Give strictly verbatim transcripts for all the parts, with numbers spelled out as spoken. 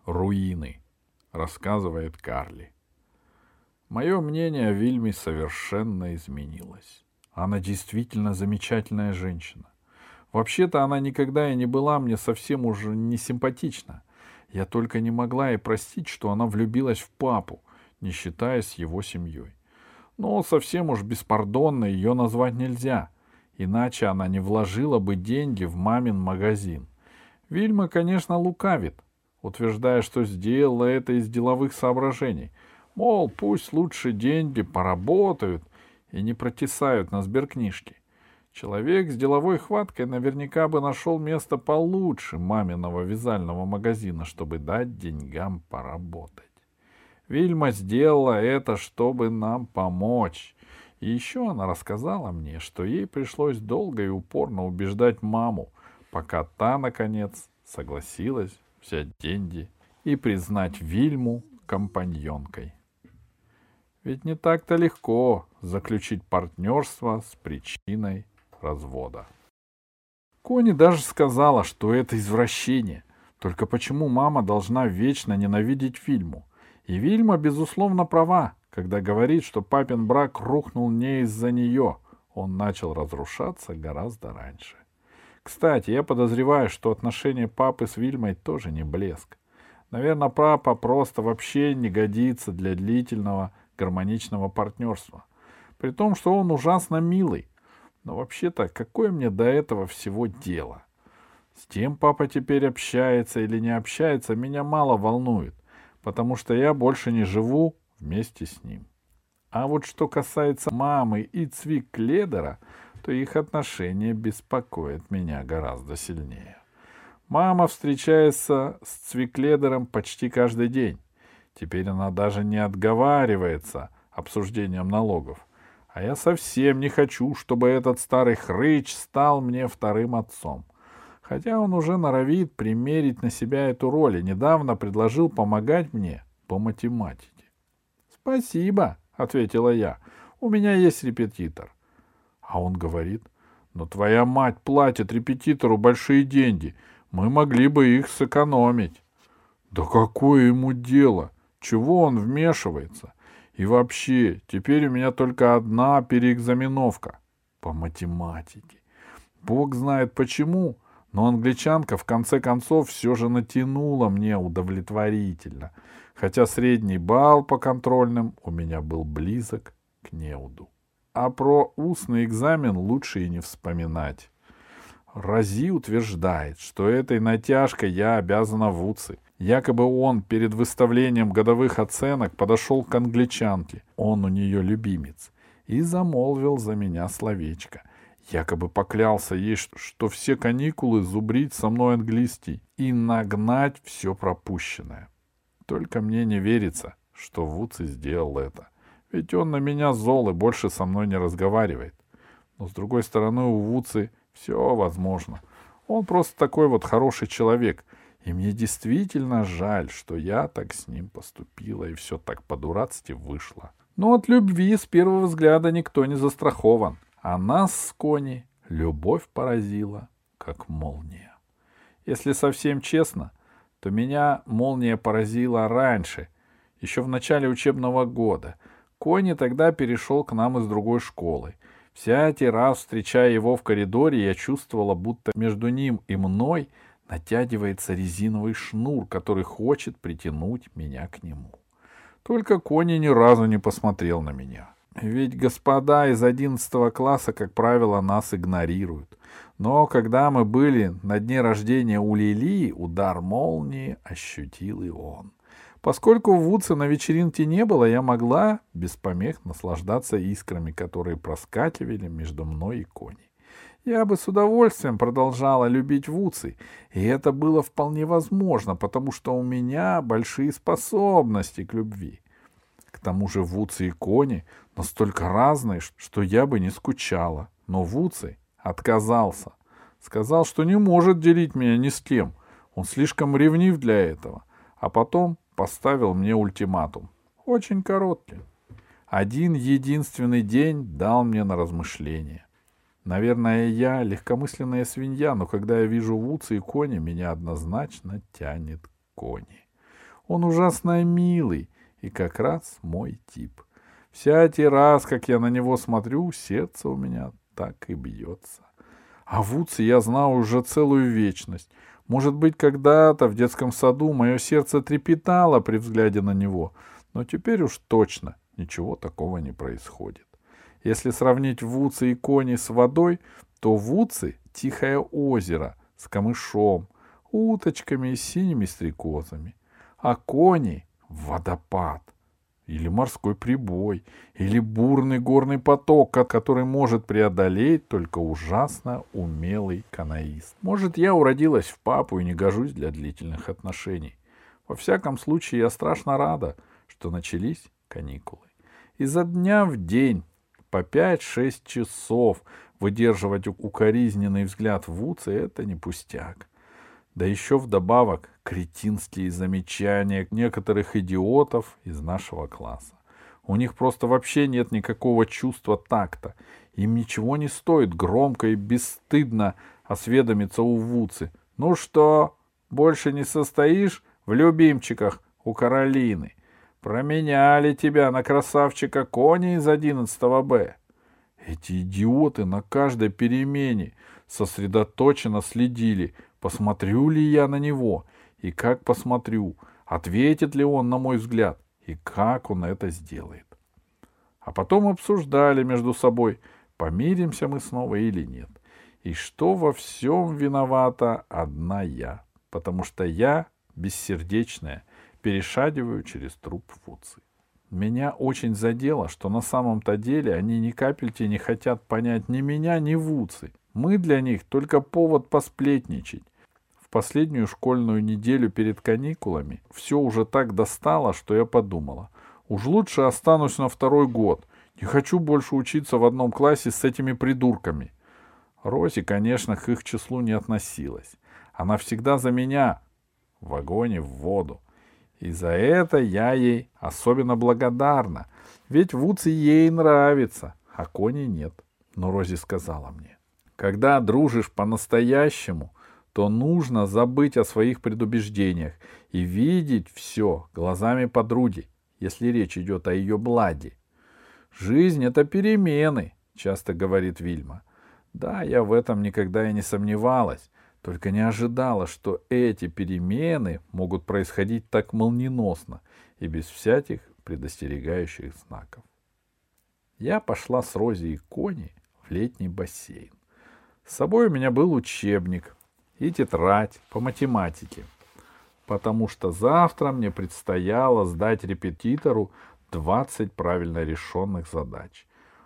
руины, рассказывает Карли. Мое мнение о Вильме совершенно изменилось. Она действительно замечательная женщина. Вообще-то она никогда и не была мне совсем уже не симпатична. Я только не могла ей простить, что она влюбилась в папу, не считаясь его семьей. Но совсем уж беспардонно ее назвать нельзя, иначе она не вложила бы деньги в мамин магазин. Вильма, конечно, лукавит, утверждая, что сделала это из деловых соображений. Мол, пусть лучше деньги поработают и не протесают на сберкнижке. Человек с деловой хваткой наверняка бы нашел место получше маминого вязального магазина, чтобы дать деньгам поработать. Вильма сделала это, чтобы нам помочь. И еще она рассказала мне, что ей пришлось долго и упорно убеждать маму, пока та, наконец, согласилась взять деньги и признать Вильму компаньонкой. Ведь не так-то легко заключить партнерство с причиной развода. Кони даже сказала, что это извращение. Только почему мама должна вечно ненавидеть Вильму? И Вильма, безусловно, права, когда говорит, что папин брак рухнул не из-за нее. Он начал разрушаться гораздо раньше. Кстати, я подозреваю, что отношения папы с Вильмой тоже не блеск. Наверное, папа просто вообще не годится для длительного гармоничного партнерства. При том, что он ужасно милый. Но вообще-то, какое мне до этого всего дело? С кем папа теперь общается или не общается, меня мало волнует, потому что я больше не живу вместе с ним. А вот что касается мамы и Цвикледера, то их отношения беспокоят меня гораздо сильнее. Мама встречается с Цвикледером почти каждый день. Теперь она даже не отговаривается обсуждением налогов. А я совсем не хочу, чтобы этот старый хрыч стал мне вторым отцом. Хотя он уже норовит примерить на себя эту роль и недавно предложил помогать мне по математике. — Спасибо, — ответила я, — у меня есть репетитор. А он говорит: — но твоя мать платит репетитору большие деньги, мы могли бы их сэкономить. Да какое ему дело? Чего он вмешивается? И вообще, теперь у меня только одна переэкзаменовка по математике. Бог знает почему, но англичанка в конце концов все же натянула мне удовлетворительно, хотя средний балл по контрольным у меня был близок к неуду. А про устный экзамен лучше и не вспоминать. Рази утверждает, что этой натяжкой я обязана Вуци. Якобы он перед выставлением годовых оценок подошел к англичанке, он у нее любимец, и замолвил за меня словечко. Якобы поклялся ей, что все каникулы зубрить со мной английский и нагнать все пропущенное. Только мне не верится, что Вуци сделал это. Ведь он на меня зол и больше со мной не разговаривает. Но с другой стороны, у Вуци все возможно. Он просто такой вот хороший человек. И мне действительно жаль, что я так с ним поступила, и все так по-дурацки вышло. Но от любви с первого взгляда никто не застрахован. А нас с Кони любовь поразила, как молния. Если совсем честно, то меня молния поразила раньше, еще в начале учебного года. Кони тогда перешел к нам из другой школы. Всякий раз, встречая его в коридоре, я чувствовала, будто между ним и мной натягивается резиновый шнур, который хочет притянуть меня к нему. Только Кони ни разу не посмотрел на меня. Ведь господа из одиннадцатого класса, как правило, нас игнорируют. Но когда мы были на дне рождения у Лили, удар молнии ощутил и он. Поскольку Вуци на вечеринке не было, я могла без помех наслаждаться искрами, которые проскакивали между мной и Кони. Я бы с удовольствием продолжала любить Вуци, и это было вполне возможно, потому что у меня большие способности к любви. К тому же Вуци и Кони настолько разные, что я бы не скучала. Но Вуци отказался. Сказал, что не может делить меня ни с кем. Он слишком ревнив для этого. А потом поставил мне ультиматум. Очень короткий. Один единственный день дал мне на размышление. Наверное, я легкомысленная свинья, но когда я вижу Вуци и Кони, меня однозначно тянет к Кони. Он ужасно милый и как раз мой тип. Всякий раз, как я на него смотрю, сердце у меня так и бьется. А Вудса я знал уже целую вечность. Может быть, когда-то в детском саду мое сердце трепетало при взгляде на него, но теперь уж точно ничего такого не происходит. Если сравнить Вудса и Кони с водой, то Вудсы — тихое озеро с камышом, уточками и синими стрекозами, а Кони — водопад, или морской прибой, или бурный горный поток, который может преодолеть только ужасно умелый каноист. Может, я уродилась в папу и не гожусь для длительных отношений. Во всяком случае, я страшно рада, что начались каникулы. Изо дня в день по пять-шесть часов выдерживать укоризненный взгляд Вудса — это не пустяк. Да еще вдобавок кретинские замечания некоторых идиотов из нашего класса. У них просто вообще нет никакого чувства такта. Им ничего не стоит громко и бесстыдно осведомиться у Вудсы: «Ну что, больше не состоишь в любимчиках у Каролины? Променяли тебя на красавчика Кони из одиннадцатого Б». Эти идиоты на каждой перемене сосредоточенно следили, посмотрю ли я на него, и как посмотрю, ответит ли он на мой взгляд, и как он это сделает. А потом обсуждали между собой, помиримся мы снова или нет, и что во всем виновата одна я, потому что я, бессердечная, перешагиваю через труп Вудсы. Меня очень задело, что на самом-то деле они ни капельки не хотят понять ни меня, ни Вудсы. Мы для них только повод посплетничать. В последнюю школьную неделю перед каникулами все уже так достало, что я подумала: уж лучше останусь на второй год. Не хочу больше учиться в одном классе с этими придурками. Рози, конечно, к их числу не относилась. Она всегда за меня в вагоне в воду. И за это я ей особенно благодарна. Ведь Вудс ей нравится, а Кони нет. Но Рози сказала мне: когда дружишь по-настоящему, то нужно забыть о своих предубеждениях и видеть все глазами подруги, если речь идет о ее бладе. Жизнь — это перемены, часто говорит Вильма. Да, я в этом никогда и не сомневалась. Только не ожидала, что эти перемены могут происходить так молниеносно и без всяких предостерегающих знаков. Я пошла с Рози и Кони в летний бассейн. С собой у меня был учебник и тетрадь по математике, потому что завтра мне предстояло сдать репетитору двадцать правильно решенных задач.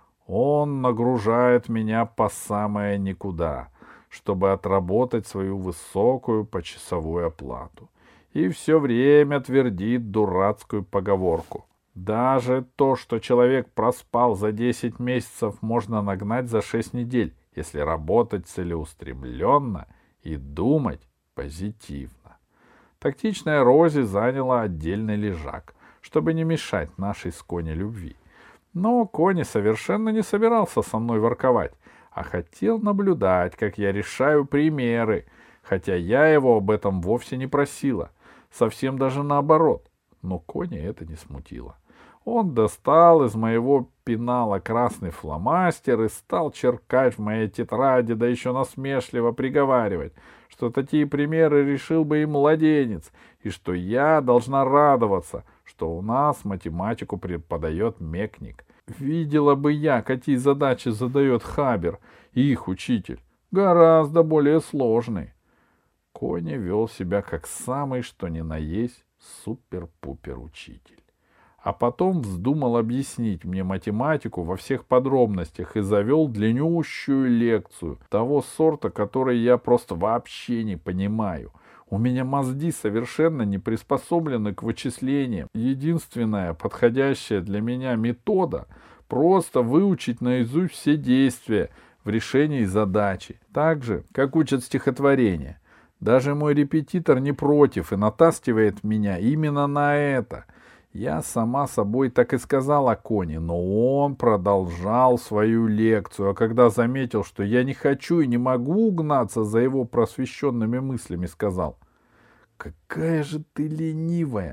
Он нагружает меня по самое никуда, чтобы отработать свою высокую почасовую оплату. И все время твердит дурацкую поговорку: даже то, что человек проспал за десять месяцев, можно нагнать за шесть недель, если работать целеустремленно и думать позитивно. Тактичная Рози заняла отдельный лежак, чтобы не мешать нашей с Кони любви. Но Кони совершенно не собирался со мной ворковать, а хотел наблюдать, как я решаю примеры, хотя я его об этом вовсе не просила, совсем даже наоборот. Но Кони это не смутило. Он достал из моего пенала красный фломастер и стал черкать в моей тетради, да еще насмешливо приговаривать, что такие примеры решил бы и младенец, и что я должна радоваться, что у нас математику преподает мекник. Видела бы я, какие задачи задает Хабер, их учитель, гораздо более сложный. Кони вел себя как самый что ни на есть супер-пупер учитель. А потом вздумал объяснить мне математику во всех подробностях и завел длиннющую лекцию того сорта, который я просто вообще не понимаю. У меня мозги совершенно не приспособлены к вычислениям. Единственная подходящая для меня метода — просто выучить наизусть все действия в решении задачи, так же, как учат стихотворения. Даже мой репетитор не против и натаскивает меня именно на это. Я сама собой так и сказала Кони, но он продолжал свою лекцию, а когда заметил, что я не хочу и не могу угнаться за его просвещенными мыслями, сказал: «Какая же ты ленивая!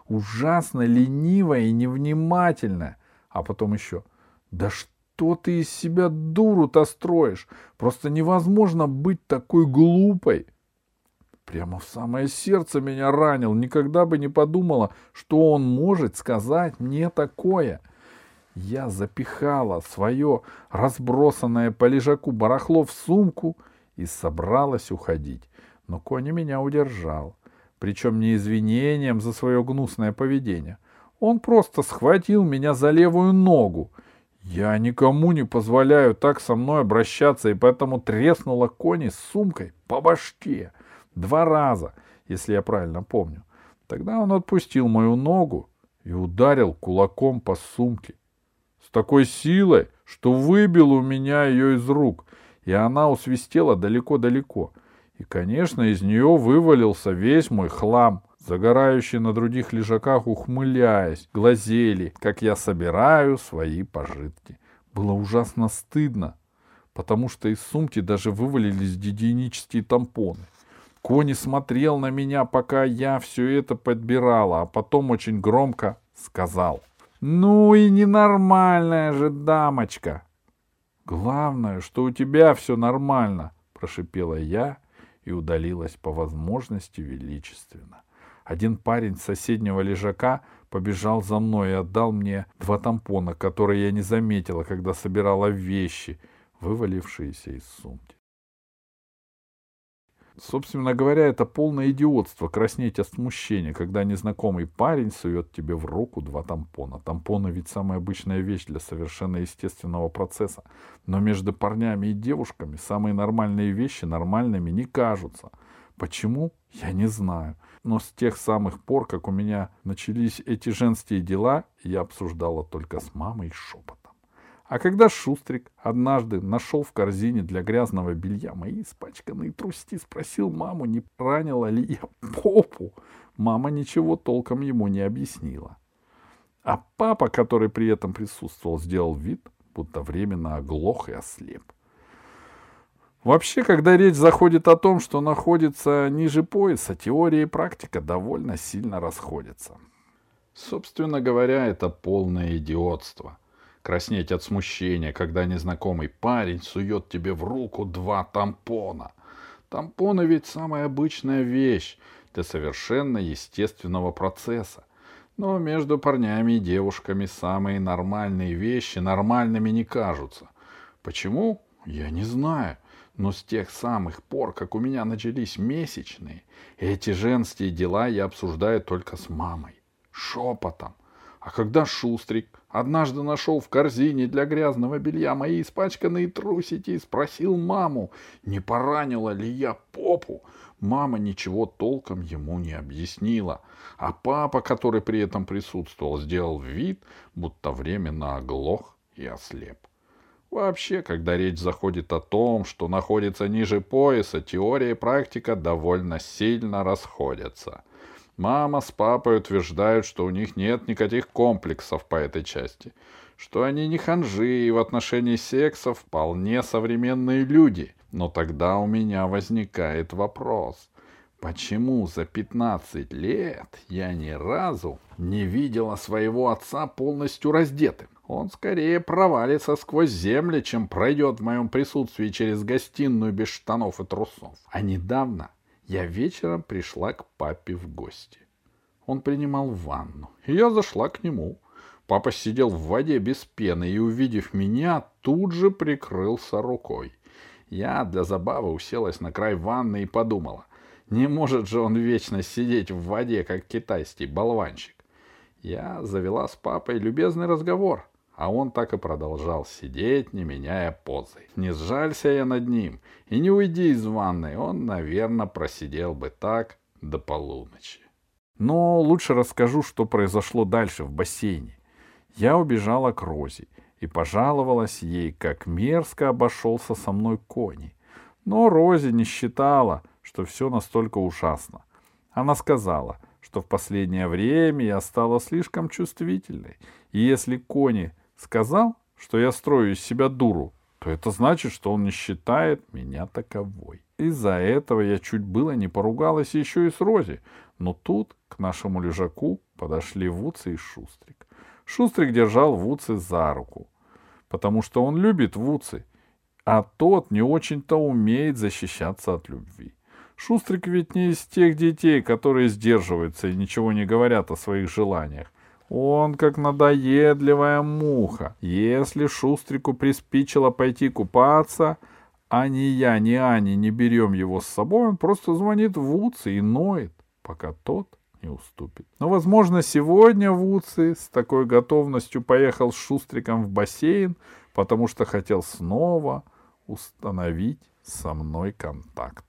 ужасно ленивая и невнимательная. А потом еще: да что ты из себя дуру-то строишь? Просто невозможно быть такой глупой. Прямо в самое сердце меня ранил. Никогда бы не подумала, что он может сказать мне такое. Я запихала свое разбросанное по лежаку барахло в сумку и собралась уходить. Но Кони меня удержал. Причем не извинением за свое гнусное поведение. Он просто схватил меня за левую ногу. Я никому не позволяю так со мной обращаться, и поэтому треснула Кони с сумкой по башке. Два раза, если я правильно помню. Тогда он отпустил мою ногу и ударил кулаком по сумке. С такой силой, что выбил у меня ее из рук, и она усвистела далеко-далеко. И, конечно, из нее вывалился весь мой хлам. Загорающие на других лежаках, ухмыляясь, глазели, как я собираю свои пожитки. Было ужасно стыдно, потому что из сумки даже вывалились гигиенические тампоны. Кони смотрел на меня, пока я все это подбирала, а потом очень громко сказал: «Ну и ненормальная же дамочка!» «Главное, что у тебя все нормально», — прошипела я и удалилась по возможности величественно. Один парень с соседнего лежака побежал за мной и отдал мне два тампона, которые я не заметила, когда собирала вещи, вывалившиеся из сумки. Собственно говоря, это полное идиотство — краснеть от смущения, когда незнакомый парень сует тебе в руку два тампона. Тампоны ведь самая обычная вещь для совершенно естественного процесса. Но между парнями и девушками самые нормальные вещи нормальными не кажутся. Почему? Я не знаю. Но с тех самых пор, как у меня начались эти женские дела, я обсуждала только с мамой шепотом. А когда Шустрик однажды нашел в корзине для грязного белья мои испачканные труси, спросил маму, не ранила ли я попу, мама ничего толком ему не объяснила. А папа, который при этом присутствовал, сделал вид, будто временно оглох и ослеп. Вообще, когда речь заходит о том, что находится ниже пояса, теория и практика довольно сильно расходятся. Собственно говоря, это полное идиотство. Краснеть от смущения, когда незнакомый парень сует тебе в руку два тампона. Тампоны ведь самая обычная вещь для совершенно естественного процесса. Но между парнями и девушками самые нормальные вещи нормальными не кажутся. Почему? Я не знаю. Но с тех самых пор, как у меня начались месячные, эти женские дела я обсуждаю только с мамой. Шепотом. А когда Шустрик однажды нашел в корзине для грязного белья мои испачканные трусики и спросил маму, не поранила ли я попу, мама ничего толком ему не объяснила. А папа, который при этом присутствовал, сделал вид, будто временно оглох и ослеп. Вообще, когда речь заходит о том, что находится ниже пояса, теория и практика довольно сильно расходятся. Мама с папой утверждают, что у них нет никаких комплексов по этой части, что они не ханжи и в отношении секса вполне современные люди. Но тогда у меня возникает вопрос, почему за пятнадцать лет я ни разу не видела своего отца полностью раздетым? Он скорее провалится сквозь землю, чем пройдет в моем присутствии через гостиную без штанов и трусов. А недавно я вечером пришла к папе в гости. Он принимал ванну, и я зашла к нему. Папа сидел в воде без пены и, увидев меня, тут же прикрылся рукой. Я для забавы уселась на край ванны и подумала, не может же он вечно сидеть в воде, как китайский болванчик. Я завела с папой любезный разговор, а он так и продолжал сидеть, не меняя позы. Не сжалься я над ним, и не уйди из ванной, он, наверное, просидел бы так до полуночи. Но лучше расскажу, что произошло дальше в бассейне. Я убежала к Розе и пожаловалась ей, как мерзко обошелся со мной Кони. Но Розе не считала, что все настолько ужасно. Она сказала, что в последнее время я стала слишком чувствительной, и если Кони сказал, что я строю из себя дуру, то это значит, что он не считает меня таковой. Из-за этого я чуть было не поругалась еще и с Рози, Но тут к нашему лежаку подошли Вуци и Шустрик. Шустрик держал Вуци за руку, потому что он любит Вуци, а тот не очень-то умеет защищаться от любви. Шустрик ведь не из тех детей, которые сдерживаются и ничего не говорят о своих желаниях. Он как надоедливая муха. Если Шустрику приспичило пойти купаться, а ни я, ни Аня не берем его с собой, он просто звонит Вуци и ноет, пока тот не уступит. Но, возможно, сегодня Вуци с такой готовностью поехал с Шустриком в бассейн, потому что хотел снова установить со мной контакт.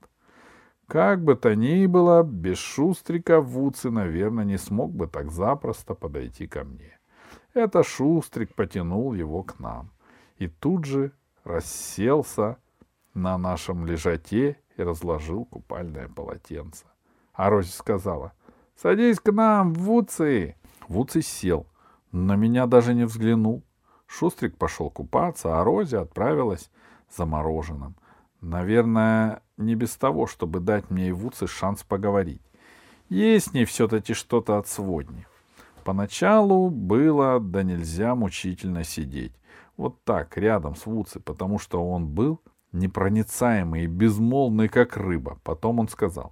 Как бы то ни было, без Шустрика Вуци, наверное, не смог бы так запросто подойти ко мне. Это Шустрик потянул его к нам и тут же расселся на нашем лежаке и разложил купальное полотенце. А Рози сказала: «Садись к нам, Вуци!» Вуци сел, на меня даже не взглянул. Шустрик пошел купаться, а Рози отправилась за мороженым. Наверное, не без того, чтобы дать мне и Вуци шанс поговорить. Есть в ней все-таки что-то от сводни. Поначалу было да нельзя мучительно сидеть. Вот так, рядом с Вуци, потому что он был непроницаемый и безмолвный, как рыба. Потом он сказал: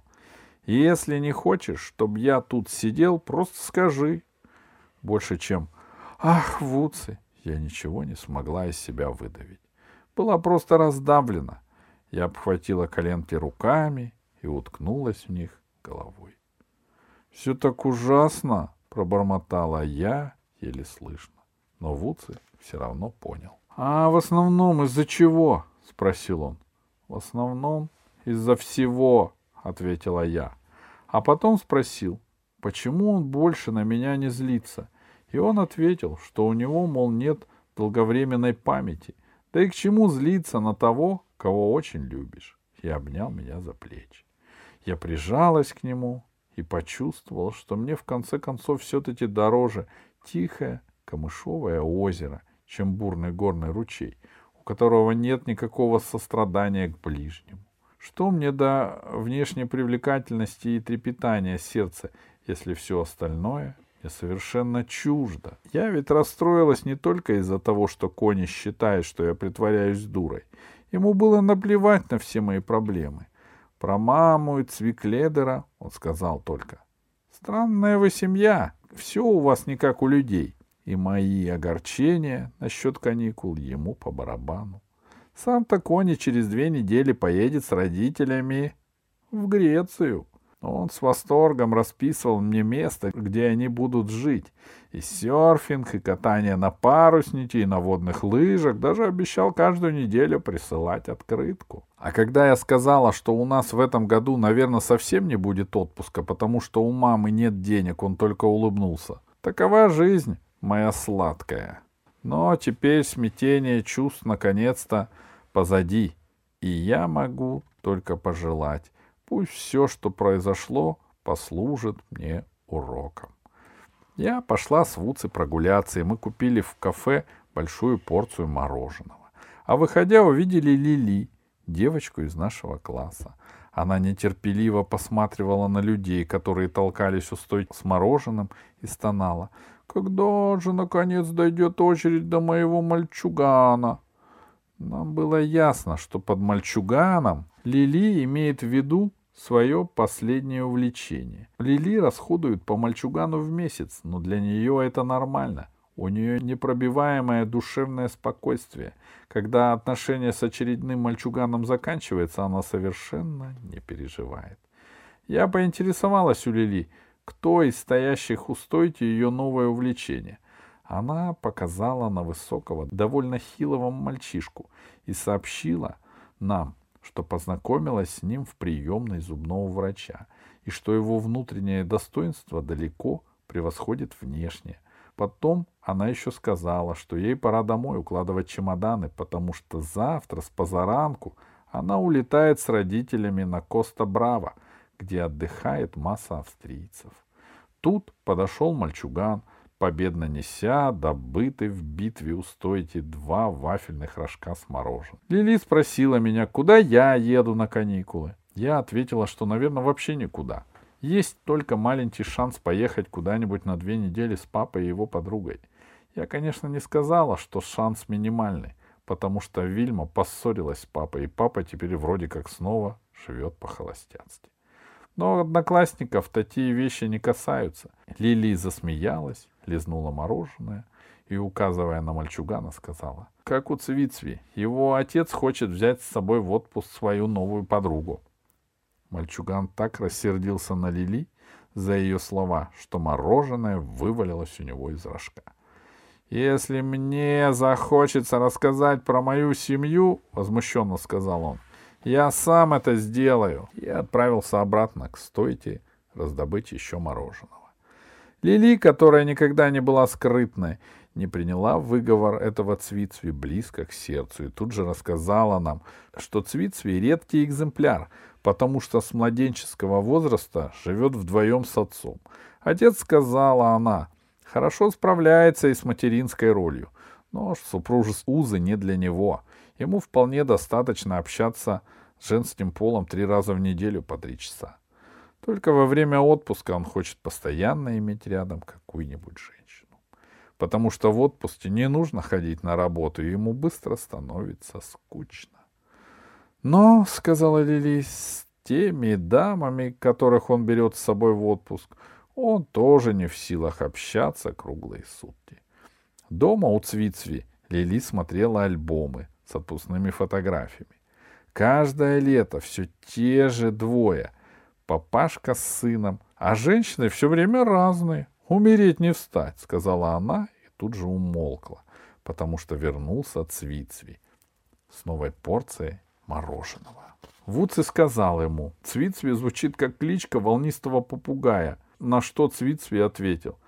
«Если не хочешь, чтобы я тут сидел, просто скажи». Больше чем «Ах, Вуци!» я ничего не смогла из себя выдавить. Была просто раздавлена. Я обхватила коленки руками и уткнулась в них головой. — Все так ужасно, — пробормотала я, еле слышно. Но Вуци все равно понял. — А в основном из-за чего? — спросил он. — В основном из-за всего, — ответила я. А потом спросил, почему он больше на меня не злится. И он ответил, что у него, мол, нет долговременной памяти. Да и к чему злиться на того, кого очень любишь? И обнял меня за плечи. Я прижалась к нему и почувствовала, что мне в конце концов все-таки дороже тихое камышовое озеро, чем бурный горный ручей, у которого нет никакого сострадания к ближнему. Что мне до внешней привлекательности и трепетания сердца, если все остальное мне совершенно чуждо? Я ведь расстроилась не только из-за того, что Кони считает, что я притворяюсь дурой. Ему было наплевать на все мои проблемы. Про маму и Цвикледера он сказал только: «Странная вы семья, все у вас не как у людей». И мои огорчения насчет каникул ему по барабану. Сам-то Кони через две недели поедет с родителями в Грецию. Он с восторгом расписывал мне место, где они будут жить. И серфинг, и катание на паруснике, и на водных лыжах. Даже обещал каждую неделю присылать открытку. А когда я сказала, что у нас в этом году, наверное, совсем не будет отпуска, потому что у мамы нет денег, он только улыбнулся. Такова жизнь, моя сладкая. Но теперь смятение чувств наконец-то позади. И я могу только пожелать: пусть все, что произошло, послужит мне уроком. Я пошла с Вуци прогуляться, и мы купили в кафе большую порцию мороженого. А выходя, увидели Лили, девочку из нашего класса. Она нетерпеливо посматривала на людей, которые толкались у стойки с мороженым, и стонала: «Когда же, наконец, дойдет очередь до моего мальчугана?» Нам было ясно, что под мальчуганом Лили имеет в виду свое последнее увлечение. Лили расходует по мальчугану в месяц, но для нее это нормально. У нее непробиваемое душевное спокойствие. Когда отношения с очередным мальчуганом заканчиваются, она совершенно не переживает. Я поинтересовалась у Лили, кто из стоящих у стойки ее новое увлечение. Она показала на высокого, довольно хилого мальчишку и сообщила нам, что познакомилась с ним в приемной зубного врача, и что его внутреннее достоинство далеко превосходит внешнее. Потом она еще сказала, что ей пора домой укладывать чемоданы, потому что завтра с позаранку она улетает с родителями на Коста-Браво, где отдыхает масса австрийцев. Тут подошел мальчуган, победно неся добытый в битве у стойки два вафельных рожка с мороженым. Лили спросила меня, куда я еду на каникулы. Я ответила, что, наверное, вообще никуда. Есть только маленький шанс поехать куда-нибудь на две недели с папой и его подругой. Я, конечно, не сказала, что шанс минимальный, потому что Вильма поссорилась с папой, и папа теперь вроде как снова живет по-холостяцки. Но одноклассников такие вещи не касаются. Лили засмеялась, лизнула мороженое и, указывая на мальчугана, сказала: «Как у Цвицви, его отец хочет взять с собой в отпуск свою новую подругу». Мальчуган так рассердился на Лили за ее слова, что мороженое вывалилось у него из рожка. «Если мне захочется рассказать про мою семью, — возмущенно сказал он, — я сам это сделаю». И отправился обратно к стойке раздобыть еще мороженого. Лили, которая никогда не была скрытной, не приняла выговор этого Цвицви близко к сердцу и тут же рассказала нам, что Цвицви — редкий экземпляр, потому что с младенческого возраста живет вдвоем с отцом. Отец, сказала она, хорошо справляется и с материнской ролью, но супружеские узы не для него. Ему вполне достаточно общаться с женским полом три раза в неделю по три часа. Только во время отпуска он хочет постоянно иметь рядом какую-нибудь женщину. Потому что в отпуске не нужно ходить на работу, и ему быстро становится скучно. Но, — сказала Лили, — с теми дамами, которых он берет с собой в отпуск, он тоже не в силах общаться круглые сутки. Дома у Цвицви Лили смотрела альбомы с отпускными фотографиями. Каждое лето все те же двое — папашка с сыном, а женщины все время разные. «Умереть не встать», — сказала она и тут же умолкла, потому что вернулся Цвицви с новой порцией мороженого. Вуци сказал ему: «Цвицви звучит как кличка волнистого попугая», на что Цвицви ответил: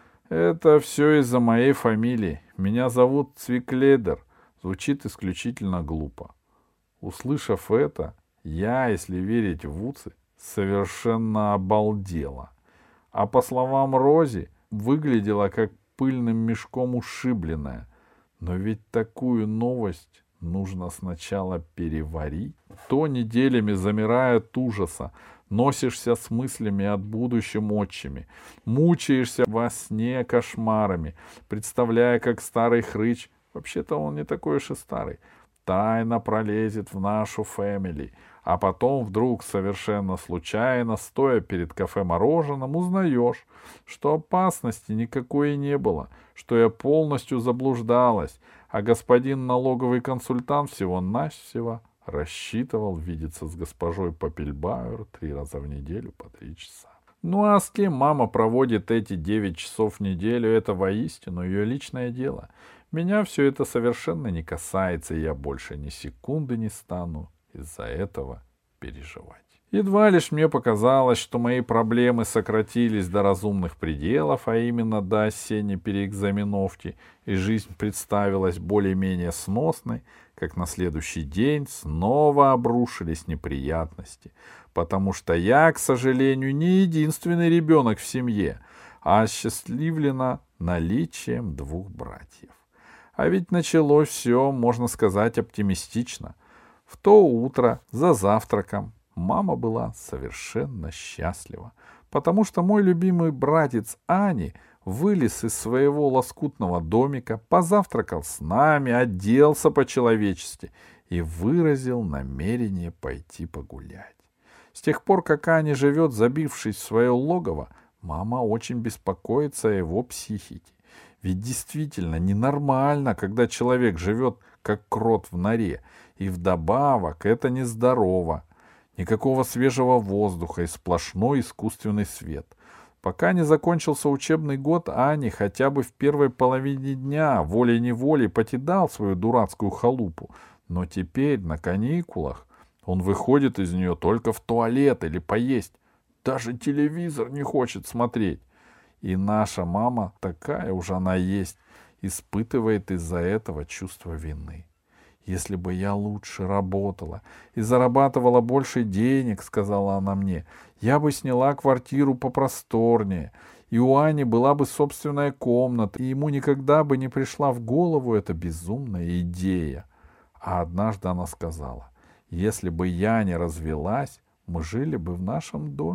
«Это все из-за моей фамилии. Меня зовут Цвикледер». Звучит исключительно глупо. Услышав это, я, если верить Вуци, совершенно обалдела. А по словам Рози, выглядела как пыльным мешком ушибленная. Но ведь такую новость нужно сначала переварить. То неделями, замирая от ужаса, носишься с мыслями от будущем отчиме, мучаешься во сне кошмарами, представляя, как старый хрыч, вообще-то он не такой уж и старый, тайно пролезет в нашу фэмили, а потом вдруг совершенно случайно, стоя перед кафе мороженым, узнаешь, что опасности никакой и не было, что я полностью заблуждалась, а господин налоговый консультант всего-навсего рассчитывал видеться с госпожой Попельбауэр три раза в неделю по три часа. Ну а с кем мама проводит эти девять часов в неделю, это воистину ее личное дело. Меня все это совершенно не касается, и я больше ни секунды не стану из-за этого переживать. Едва лишь мне показалось, что мои проблемы сократились до разумных пределов, а именно до осенней переэкзаменовки, и жизнь представилась более-менее сносной, как на следующий день снова обрушились неприятности, потому что я, к сожалению, не единственный ребенок в семье, а осчастливлена наличием двух братьев. А ведь началось все, можно сказать, оптимистично. В то утро за завтраком мама была совершенно счастлива, потому что мой любимый братец Ани вылез из своего лоскутного домика, позавтракал с нами, оделся по-человечески и выразил намерение пойти погулять. С тех пор, как Ани живет, забившись в свое логово, мама очень беспокоится о его психике. Ведь действительно ненормально, когда человек живет как крот в норе, и вдобавок это нездорово. Никакого свежего воздуха и сплошной искусственный свет. Пока не закончился учебный год, Ани хотя бы в первой половине дня волей-неволей покидал свою дурацкую халупу. Но теперь, на каникулах, он выходит из нее только в туалет или поесть. Даже телевизор не хочет смотреть. И наша мама, такая уж она есть, испытывает из-за этого чувство вины. «Если бы я лучше работала и зарабатывала больше денег, — сказала она мне, — я бы сняла квартиру попросторнее, и у Ани была бы собственная комната, и ему никогда бы не пришла в голову эта безумная идея». А однажды она сказала: «Если бы я не развелась, мы жили бы в нашем доме,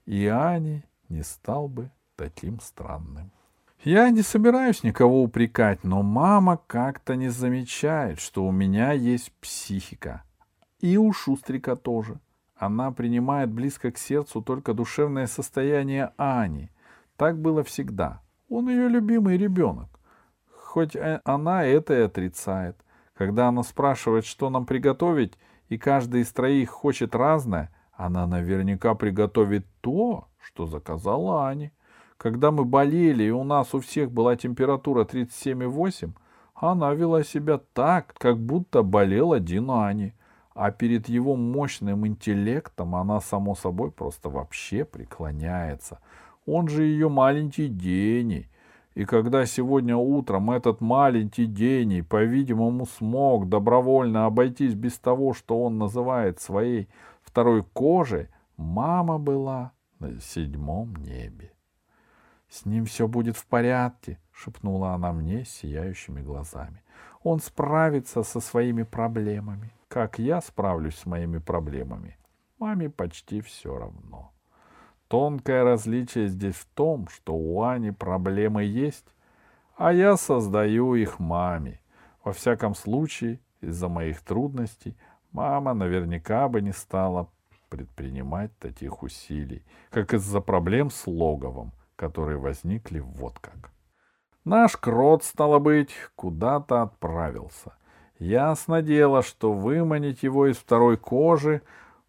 и Ани не стал бы таким странным. Я не собираюсь никого упрекать, но мама как-то не замечает, что у меня есть психика. И у Шустрика тоже. Она принимает близко к сердцу только душевное состояние Ани. Так было всегда. Он ее любимый ребенок. Хоть она это и отрицает. Когда она спрашивает, что нам приготовить, и каждый из троих хочет разное, она наверняка приготовит то, что заказала Ани. Когда мы болели, и у нас у всех была температура тридцать семь и восемь, она вела себя так, как будто болел один Ани. А перед его мощным интеллектом она, само собой, просто вообще преклоняется. Он же ее маленький гений. И когда сегодня утром этот маленький гений, по-видимому, смог добровольно обойтись без того, что он называет своей второй кожей, мама была на седьмом небе. «С ним все будет в порядке», — шепнула она мне сияющими глазами. «Он справится со своими проблемами, как я справлюсь с моими проблемами. Маме почти все равно». Тонкое различие здесь в том, что у Ани проблемы есть, а я создаю их маме. Во всяком случае, из-за моих трудностей мама наверняка бы не стала предпринимать таких усилий, как из-за проблем с Логовом, которые возникли вот как. Наш крот, стало быть, куда-то отправился. Ясно дело, что выманить его из второй кожи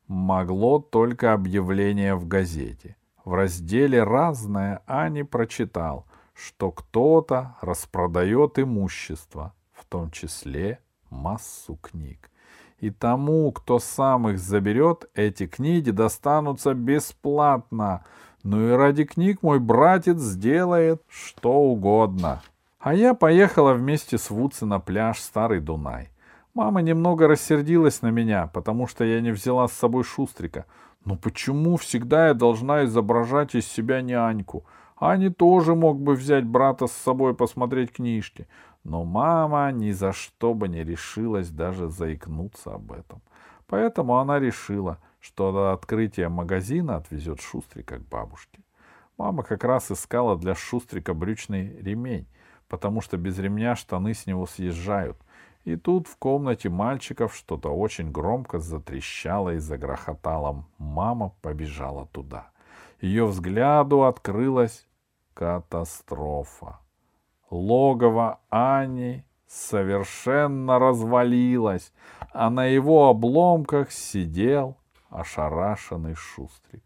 могло только объявление в газете. В разделе «Разное» Ани прочитал, что кто-то распродает имущество, в том числе массу книг. И тому, кто сам их заберет, эти книги достанутся бесплатно. Ну и ради книг мой братец сделает что угодно. А я поехала вместе с Вудси на пляж Старый Дунай. Мама немного рассердилась на меня, потому что я не взяла с собой Шустрика. Но почему всегда я должна изображать из себя няньку? Ани тоже мог бы взять брата с собой посмотреть книжки. Но мама ни за что бы не решилась даже заикнуться об этом. Поэтому она решила, что до открытия магазина отвезет Шустрика к бабушке. Мама как раз искала для Шустрика брючный ремень, потому что без ремня штаны с него съезжают. И тут в комнате мальчиков что-то очень громко затрещало и загрохотало. Мама побежала туда. Ее взгляду открылась катастрофа. Логово Ани совершенно развалилось, а на его обломках сидел ошарашенный Шустрик.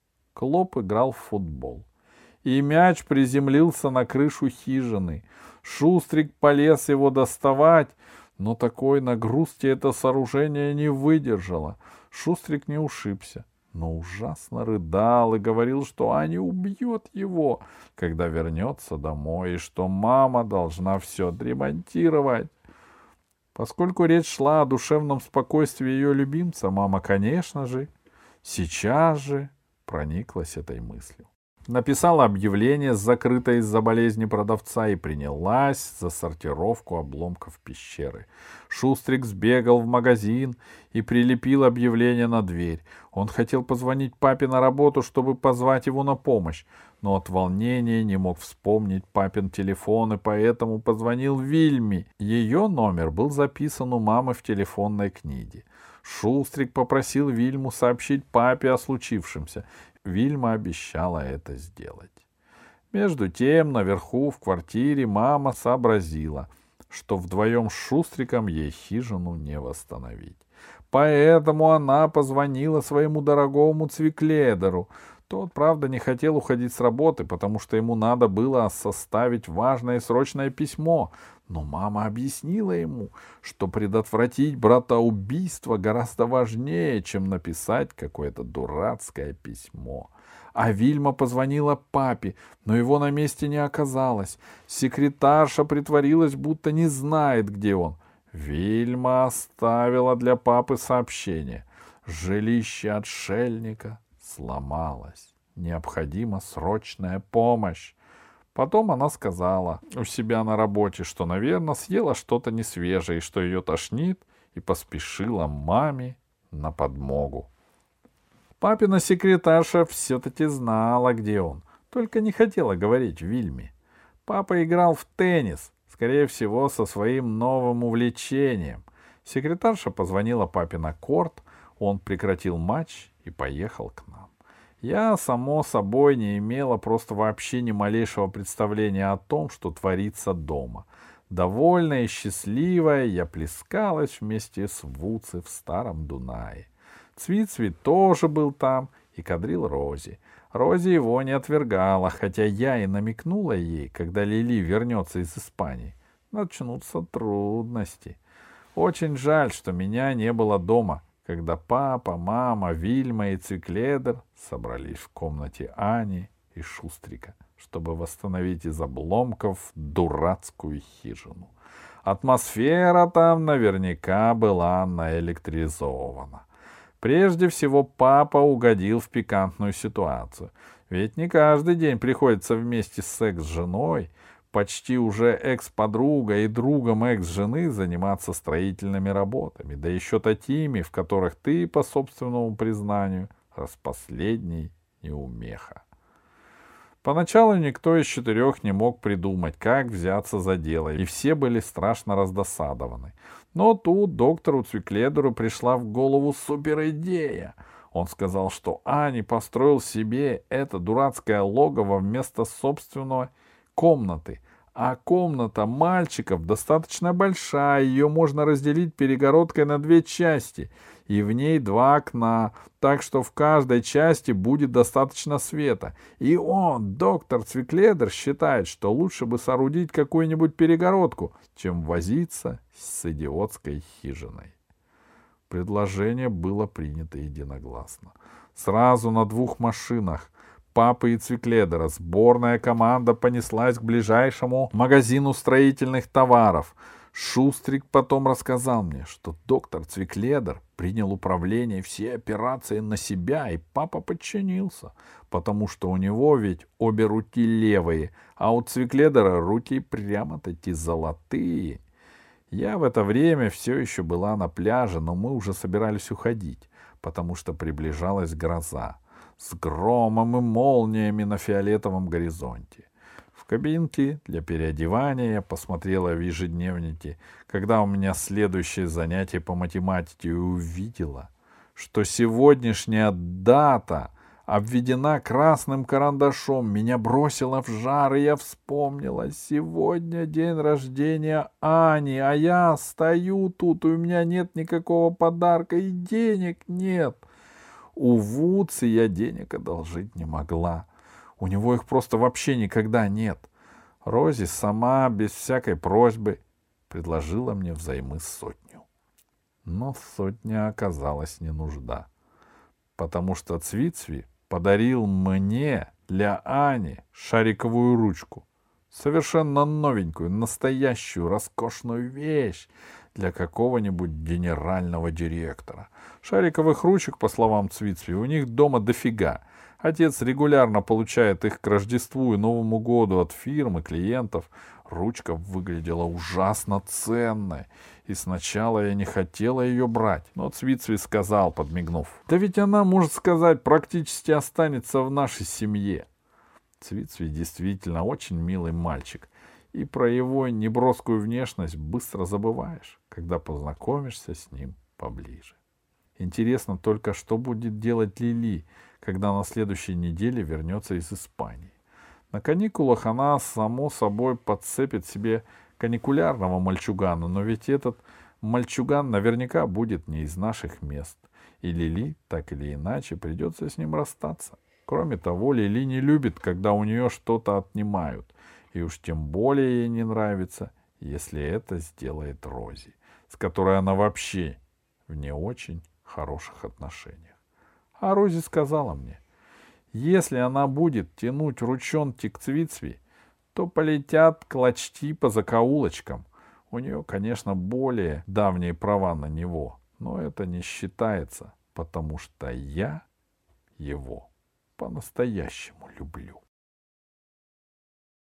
Клоп играл в футбол, и мяч приземлился на крышу хижины. Шустрик полез его доставать, но такой нагрузки это сооружение не выдержало. Шустрик не ушибся, но ужасно рыдал и говорил, что Аня убьет его, когда вернется домой, и что мама должна все отремонтировать. Поскольку речь шла о душевном спокойствии ее любимца, мама, конечно же, сейчас же прониклась этой мыслью. Написала объявление с закрытой из-за болезни продавца и принялась за сортировку обломков пещеры. Шустрик сбегал в магазин и прилепил объявление на дверь. Он хотел позвонить папе на работу, чтобы позвать его на помощь, но от волнения не мог вспомнить папин телефон, и поэтому позвонил Вильме. Ее номер был записан у мамы в телефонной книге. Шустрик попросил Вильму сообщить папе о случившемся. Вильма обещала это сделать. Между тем, наверху в квартире мама сообразила, что вдвоем с Шустриком ей хижину не восстановить. Поэтому она позвонила своему дорогому Цвикледеру. Тот, правда, не хотел уходить с работы, потому что ему надо было составить важное и срочное письмо. Но мама объяснила ему, что предотвратить братоубийство гораздо важнее, чем написать какое-то дурацкое письмо. А Вильма позвонила папе, но его на месте не оказалось. Секретарша притворилась, будто не знает, где он. Вильма оставила для папы сообщение. Жилище отшельника сломалось. Необходима срочная помощь. Потом она сказала у себя на работе, что, наверное, съела что-то несвежее, и что ее тошнит, и поспешила маме на подмогу. Папина секретарша все-таки знала, где он, только не хотела говорить Вильме. Папа играл в теннис, скорее всего, со своим новым увлечением. Секретарша позвонила папе на корт, он прекратил матч и поехал к нам. Я, само собой, не имела просто вообще ни малейшего представления о том, что творится дома. Довольная и счастливая, я плескалась вместе с Вуци в Старом Дунае. Цвицви тоже был там и кадрил Рози. Рози его не отвергала, хотя я и намекнула ей, когда Лили вернется из Испании. Начнутся трудности. Очень жаль, что меня не было дома, когда папа, мама, Вильма и Цвикледер собрались в комнате Ани и Шустрика, чтобы восстановить из обломков дурацкую хижину. Атмосфера там наверняка была наэлектризована. Прежде всего, папа угодил в пикантную ситуацию. Ведь не каждый день приходится вместе с экс-женой, почти уже экс-подругой и другом экс-жены заниматься строительными работами, да еще такими, в которых ты, по собственному признанию, распоследний неумеха. Поначалу никто из четырех не мог придумать, как взяться за дело, и все были страшно раздосадованы. Но тут доктору Цвикледеру пришла в голову суперидея. Он сказал, что Ани построил себе это дурацкое логово вместо собственной комнаты. А комната мальчиков достаточно большая, ее можно разделить перегородкой на две части, и в ней два окна, так что в каждой части будет достаточно света. И он, доктор Цвикледер, считает, что лучше бы соорудить какую-нибудь перегородку, чем возиться с идиотской хижиной. Предложение было принято единогласно. Сразу на двух машинах папы и Цвикледера сборная команда понеслась к ближайшему магазину строительных товаров. Шустрик потом рассказал мне, что доктор Цвикледер принял управление всей операцией на себя, и папа подчинился, потому что у него ведь обе руки левые, а у Цвикледера руки прямо-таки золотые. Я в это время все еще была на пляже, но мы уже собирались уходить, потому что приближалась гроза с громом и молниями на фиолетовом горизонте. В кабинке для переодевания я посмотрела в ежедневнике, когда у меня следующее занятие по математике, и увидела, что сегодняшняя дата обведена красным карандашом. Меня бросило в жар, и я вспомнила: сегодня день рождения Ани, а я стою тут, и у меня нет никакого подарка, и денег нет. У Вуци я денег одолжить не могла. У него их просто вообще никогда нет. Рози сама, без всякой просьбы, предложила мне взаймы сотню. Но сотня оказалась не нужда, потому что Цвицви подарил мне для Ани шариковую ручку. Совершенно новенькую, настоящую, роскошную вещь для какого-нибудь генерального директора. Шариковых ручек, по словам Цвицви, у них дома дофига. Отец регулярно получает их к Рождеству и Новому году от фирм и клиентов. Ручка выглядела ужасно ценной, и сначала я не хотела ее брать. Но Цвицви сказал, подмигнув: «Да ведь она, можно сказать, практически останется в нашей семье». Цвицви действительно очень милый мальчик, и про его неброскую внешность быстро забываешь, когда познакомишься с ним поближе. Интересно только, что будет делать Лили, когда на следующей неделе вернется из Испании. На каникулах она, само собой, подцепит себе каникулярного мальчугана, но ведь этот мальчуган наверняка будет не из наших мест, и Лили так или иначе придется с ним расстаться. Кроме того, Лили не любит, когда у нее что-то отнимают, и уж тем более ей не нравится, если это сделает Рози, с которой она вообще в не очень хороших отношениях. А Рози сказала мне: если она будет тянуть ручонки к Цвицви, то полетят клочки по закоулочкам. У нее, конечно, более давние права на него, но это не считается, потому что я его по-настоящему люблю.